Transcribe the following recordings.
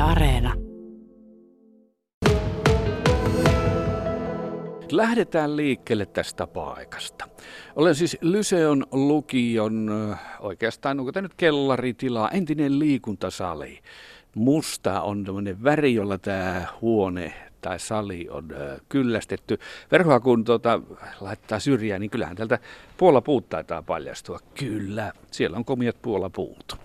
Areena. Lähdetään liikkeelle tästä paikasta. Olen siis Lyseon lukion, oikeastaan onko tämä nyt kellaritila, entinen liikuntasali. Musta on tämmöinen väri, jolla tämä huone tai sali on kyllästetty. Verhoa kun laittaa syrjään, niin kyllähän täältä puolapuut taitaa paljastua. Kyllä, siellä on komiat puolapuut.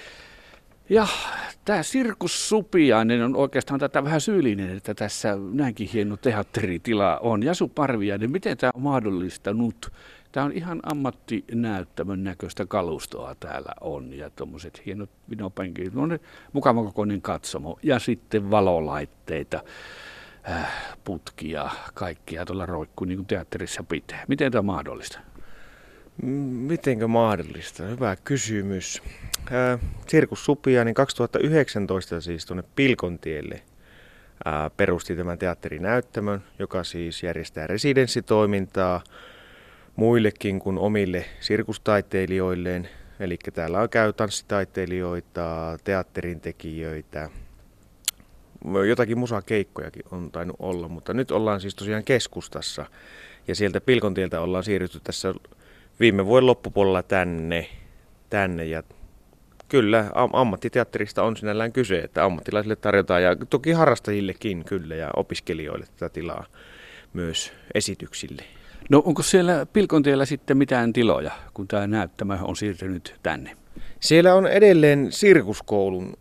Ja tämä Sirkus Supiainen on oikeastaan tätä vähän syyllinen, että tässä näinkin hieno teatteritila on. Jasu Parviainen, miten tämä on mahdollistanut? Tämä on ihan ammattinäyttämön näköistä kalustoa täällä on ja tuommoiset hienot vinopenkit, mukava kokoinen katsomo ja sitten valolaitteita, putkia, kaikkia tuolla roikkuu niin kuin teatterissa pitää. Miten tämä on mahdollista? Mitenkö mahdollista? Hyvä kysymys. Sirkus Supiainen 2019 siis tuonne Pilkontielle perusti tämän teatterinäyttämön, joka siis järjestää residenssitoimintaa muillekin kuin omille sirkustaiteilijoilleen. Eli täällä käy tanssitaiteilijoita, teatterintekijöitä, jotakin musakeikkojakin on tainnut olla, mutta nyt ollaan siis tosiaan keskustassa ja sieltä Pilkontieltä ollaan siirrytty tässä viime vuoden loppupuolella tänne ja kyllä ammattiteatterista on sinällään kyse, että ammattilaisille tarjotaan ja toki harrastajillekin kyllä ja opiskelijoille tätä tilaa myös esityksille. No onko siellä Pilkontiellä sitten mitään tiloja, kun tämä näyttämö on siirtynyt tänne? Siellä on edelleen sirkuskoulun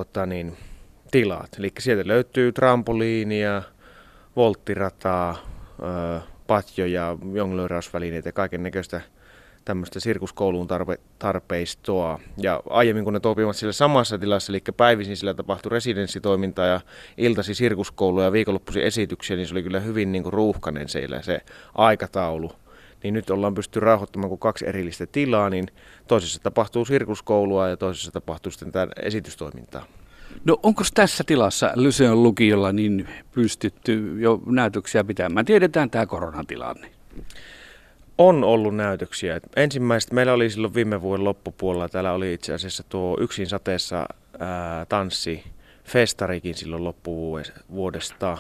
tilat, eli sieltä löytyy trampoliinia, volttirataa, patjoja, jonglöörausvälineitä ja kaiken näköistä tämmöistä sirkuskouluun tarpeistoa. Ja aiemmin kun ne toimivat siellä samassa tilassa, eli päivisin sillä tapahtui residenssitoimintaa ja iltasi sirkuskoulua ja viikonloppuisin esityksiä, niin se oli kyllä hyvin niin kuin ruuhkainen siellä se aikataulu. Niin nyt ollaan pystytty rauhoittamaan kuin 2 erillistä tilaa, niin toisessa tapahtuu sirkuskoulua ja toisessa tapahtuu sitten tämä esitystoimintaa. No onko tässä tilassa Lyseon lukiolla niin pystytty jo näytöksiä pitämään? Tiedetään tämä koronatilanne. On ollut näytöksiä. Ensimmäiset meillä oli silloin viime vuoden loppupuolella. Täällä oli itse asiassa tuo Yksin sateessa tanssifestarikin silloin loppuvuodesta.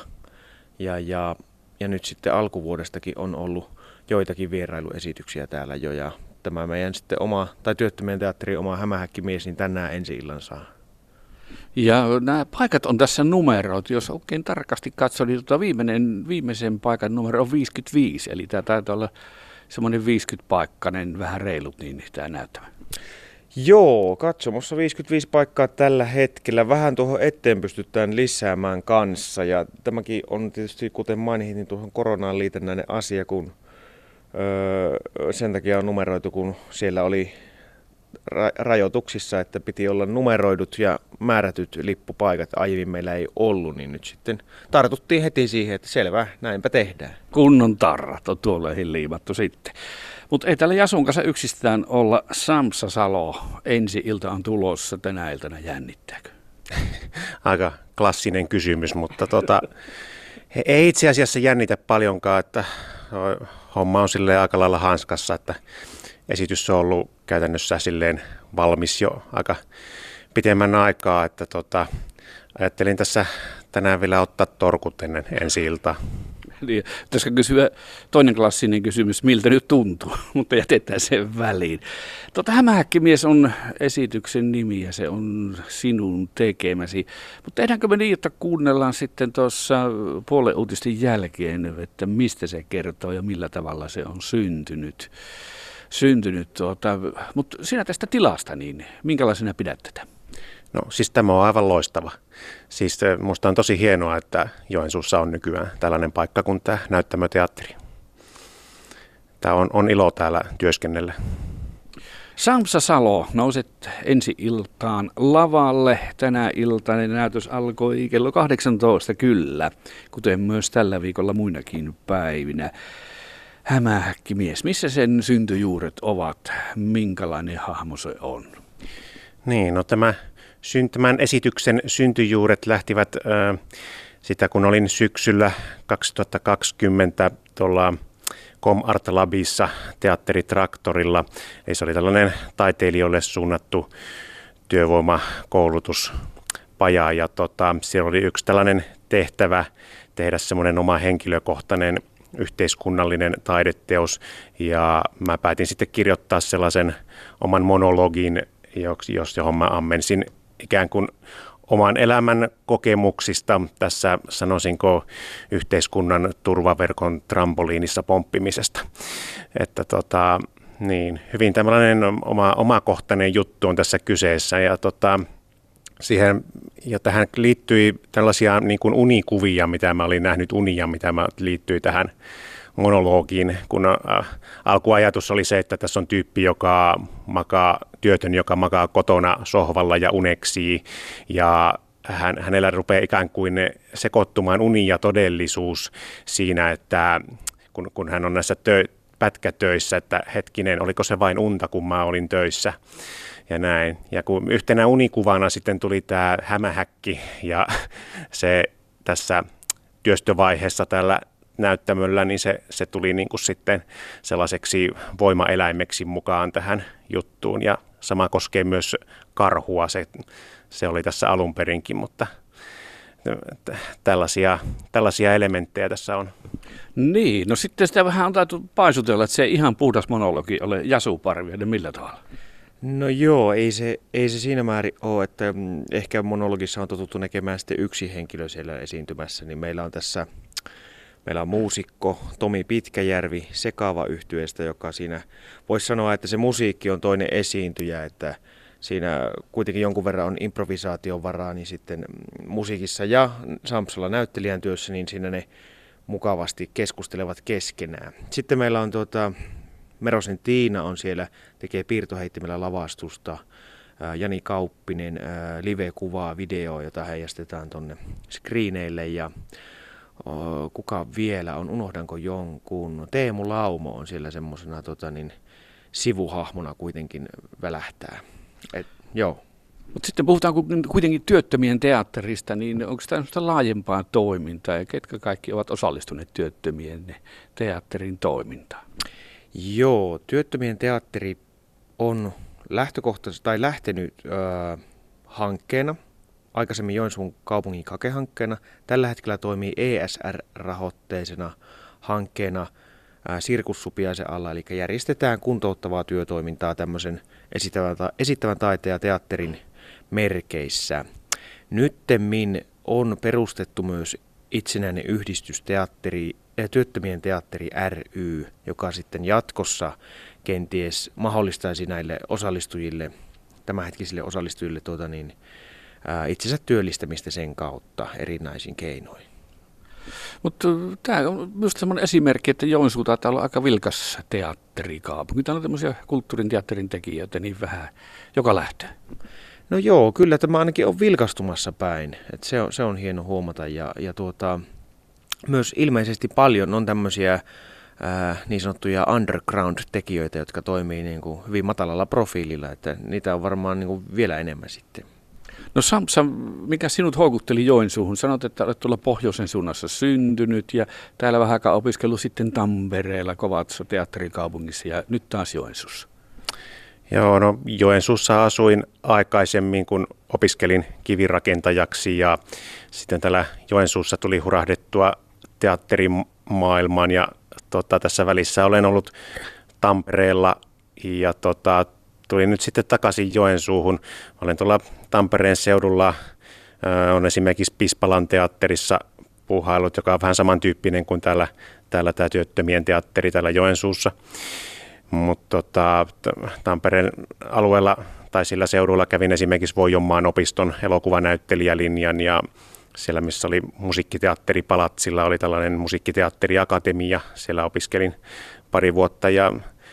Ja nyt sitten alkuvuodestakin on ollut joitakin vierailuesityksiä täällä jo. Ja tämä meidän sitten työttömien teatterin oma Hämähäkkimies, niin tänään ensi-illan saa. Ja nämä paikat on tässä numerot. Jos oikein tarkasti katsoo, niin viimeisen paikan numero on 55. Eli tämä taitaa olla semmoinen 50-paikkainen, vähän reilut niin tämä näyttämä. Joo, katsomossa 55 paikkaa tällä hetkellä. Vähän tuohon eteen pystytään lisäämään kanssa. Ja tämäkin on tietysti, kuten mainitin, tuohon koronaan liitännäinen asia, kun sen takia on numeroitu, kun siellä oli rajoituksissa, että piti olla numeroidut ja määrätyt lippupaikat. Aiemmin meillä ei ollut, niin nyt sitten tartuttiin heti siihen, että selvä, näinpä tehdään. Kunnon tarrat on tuolle liimattu sitten. Mutta ei täällä Jasun kanssa yksistään olla. Sampsa Salo, ensi ilta on tulossa, tänä iltana jännittääkö? Aika klassinen kysymys, mutta ei itse asiassa jännitä paljonkaan, että homma on silleen aika lailla hanskassa, että esitys on ollut käytännössä silleen valmis jo aika pitemmän aikaa, että ajattelin tässä tänään vielä ottaa torkut ennen ensi-iltaa. Niin, tässä kysyä toinen klassinen kysymys, miltä nyt tuntuu, mutta jätetään sen väliin. Hämähäkkimies on esityksen nimi ja se on sinun tekemäsi. Mutta tehdäänkö me niin, että kuunnellaan sitten tuossa puolen uutisten jälkeen, että mistä se kertoo ja millä tavalla se on syntynyt. Mutta sinä tästä tilasta, niin minkälaisena pidät tätä? No siis tämä on aivan loistava. Siis musta on tosi hienoa, että Joensuussa on nykyään tällainen paikka kuin tämä näyttämöteatteri. Tämä on ilo täällä työskennellä. Sampsa Salo, nouset ensi iltaan lavalle. Tänä iltana näytös alkoi kello 18 kyllä, kuten myös tällä viikolla muinakin päivinä. Hämähäkkimies, missä sen syntyjuuret ovat? Minkälainen hahmo se on? Niin, no tämän esityksen syntyjuuret lähtivät sitä, kun olin syksyllä 2020 tuolla Com-Art Labissa teatteritraktorilla. Eli se oli tällainen taiteilijoille suunnattu työvoimakoulutus paja ja siellä oli yksi tällainen tehtävä tehdä semmoinen oma henkilökohtainen yhteiskunnallinen taideteos ja mä päätin sitten kirjoittaa sellaisen oman monologin, johon mä ammensin ikään kuin oman elämän kokemuksista tässä sanoisinko yhteiskunnan turvaverkon trampoliinissa pomppimisesta. Että niin, hyvin tämmöinen omakohtainen juttu on tässä kyseessä ja tähän liittyi tällaisia niin kuin unikuvia, mitä mä olin nähnyt unia, mitä liittyi tähän monologiin, kun alkuajatus oli se, että tässä on tyyppi, työtön, joka makaa kotona sohvalla ja uneksii ja hänellä rupeaa ikään kuin sekoittumaan uni ja todellisuus siinä, että kun hän on näissä pätkätöissä, että hetkinen, oliko se vain unta, kun mä olin töissä ja näin. Ja kun yhtenä unikuvana sitten tuli tämä hämähäkki ja se tässä työstövaiheessa tällä näyttämöllä, niin se tuli niin kuin sitten sellaiseksi voimaeläimeksi mukaan tähän juttuun ja sama koskee myös karhua, se oli tässä alun perinkin, mutta tällaisia elementtejä tässä on. Niin, no sitten sitä vähän on taitu paisutella, että se ei ihan puhdas monologi ole Jasuparvi, millä tavalla? No joo, ei se siinä määrin ole, että ehkä monologissa on totuttu näkemään sitten yksi henkilö siellä esiintymässä, niin meillä on muusikko Tomi Pitkäjärvi Sekava-yhtyeestä, joka siinä voisi sanoa, että se musiikki on toinen esiintyjä, että siinä kuitenkin jonkun verran on improvisaation varaa, niin sitten musiikissa ja Sampsalla näyttelijän työssä, niin siinä ne mukavasti keskustelevat keskenään. Sitten meillä on Merosen Tiina on siellä, tekee piirtoheittimellä lavastusta, Jani Kauppinen live-kuvaa, videoa, jota heijastetaan tuonne screeneille ja kuka vielä on, unohdanko jonkun, Teemu Laumo on siellä semmoisena sivuhahmona kuitenkin välähtää. Joo. Mutta sitten puhutaan kuitenkin työttömien teatterista, niin onko tämä laajempaa toimintaa ja ketkä kaikki ovat osallistuneet työttömien teatterin toimintaan? Joo, työttömien teatteri on lähtenyt hankkeena, aikaisemmin Joensuun kaupungin Kake-hankkeena. Tällä hetkellä toimii ESR-rahoitteisena hankkeena Sirkus Supiaisen alla, eli järjestetään kuntouttavaa työtoimintaa tämmöisen esittävän taiteen ja teatterin merkeissä. Nyttemmin on perustettu myös itsenäinen yhdistys Työttömien teatteri ry, joka sitten jatkossa kenties mahdollistaisi näille osallistujille, tämänhetkisille osallistujille itsensä työllistämistä sen kautta erinäisin keinoin. Mutta tämä on myös sellainen esimerkki, että Joensuu taitaa olla aika vilkas teatterikaupunki. Täällä on tämmöisiä kulttuurin teatterin tekijöitä niin vähän joka lähtee. No joo, kyllä tämä ainakin on vilkastumassa päin. Et se on hieno huomata ja myös ilmeisesti paljon on tämmöisiä niin sanottuja underground-tekijöitä, jotka toimii niin kuin hyvin matalalla profiililla, että niitä on varmaan niin kuin vielä enemmän sitten. No Sampsa, mikä sinut houkutteli Joensuuhun? Sanot, että olet tuolla pohjoisen suunnassa syntynyt ja täällä vähän aikaa opiskellut sitten Tampereella Kovatso teatterikaupungissa ja nyt taas Joensuussa. Joo, no Joensuussa asuin aikaisemmin, kun opiskelin kivirakentajaksi ja sitten täällä Joensuussa tuli hurahdettua teatterimaailmaan ja tässä välissä olen ollut Tampereella ja tulin nyt sitten takaisin Joensuuhun. Olen tuolla Tampereen seudulla, on esimerkiksi Pispalan teatterissa puuhailut, joka on vähän samantyyppinen kuin täällä tämä työttömien teatteri täällä Joensuussa. Mutta Tampereen alueella tai sillä seudulla kävin esimerkiksi Voijonmaan opiston elokuvanäyttelijälinjan ja siellä missä oli musiikkiteatteripalatsilla oli tällainen musiikkiteatteriakatemia. Siellä opiskelin pari vuotta ja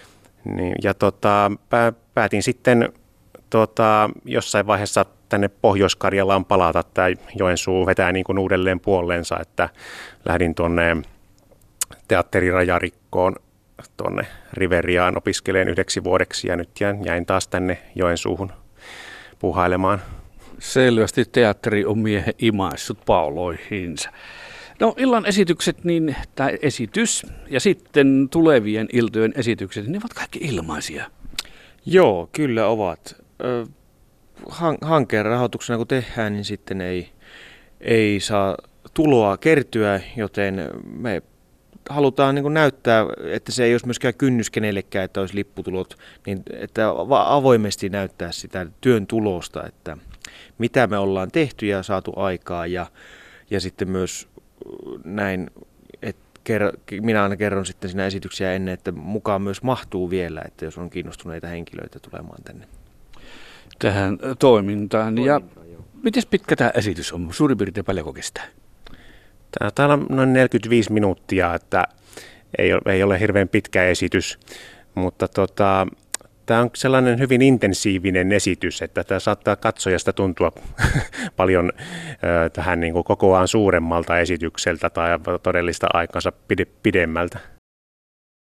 päätin sitten jossain vaiheessa tänne Pohjois-Karjalaan palata. Tämä Joensuu vetää niin kuin uudelleen puoleensa, että lähdin tuonne teatterirajarikkoon tuonne Riveriaan opiskeleen 1 vuodeksi ja nyt jäin taas tänne Joensuuhun puuhailemaan. Selvästi teatteri on miehen imaissut pauloihinsa. No illan esitykset, niin tämä esitys ja sitten tulevien iltojen esitykset, ne ovat kaikki ilmaisia. Joo, kyllä ovat. hankkeen rahoituksena kun tehdään, niin sitten ei saa tuloa kertyä, joten me halutaan niin kuin näyttää, että se ei olisi myöskään kynnys kenellekään, että olisi lipputulot, niin että avoimesti näyttää sitä työn tulosta, että mitä me ollaan tehty ja saatu aikaa ja sitten myös näin, että minä aina kerron sitten siinä esityksiä ennen, että mukaan myös mahtuu vielä, että jos on kiinnostuneita henkilöitä tulemaan tänne. Tähän toimintaan. Ja miten pitkä tämä esitys on? Suurin piirtein paljonko kestää? Täällä on noin 45 minuuttia, että ei ole hirveän pitkä esitys, mutta tämä on sellainen hyvin intensiivinen esitys, että tämä saattaa katsojasta tuntua paljon tähän niin kuin kokoaan suuremmalta esitykseltä tai todellista aikansa pidemmältä.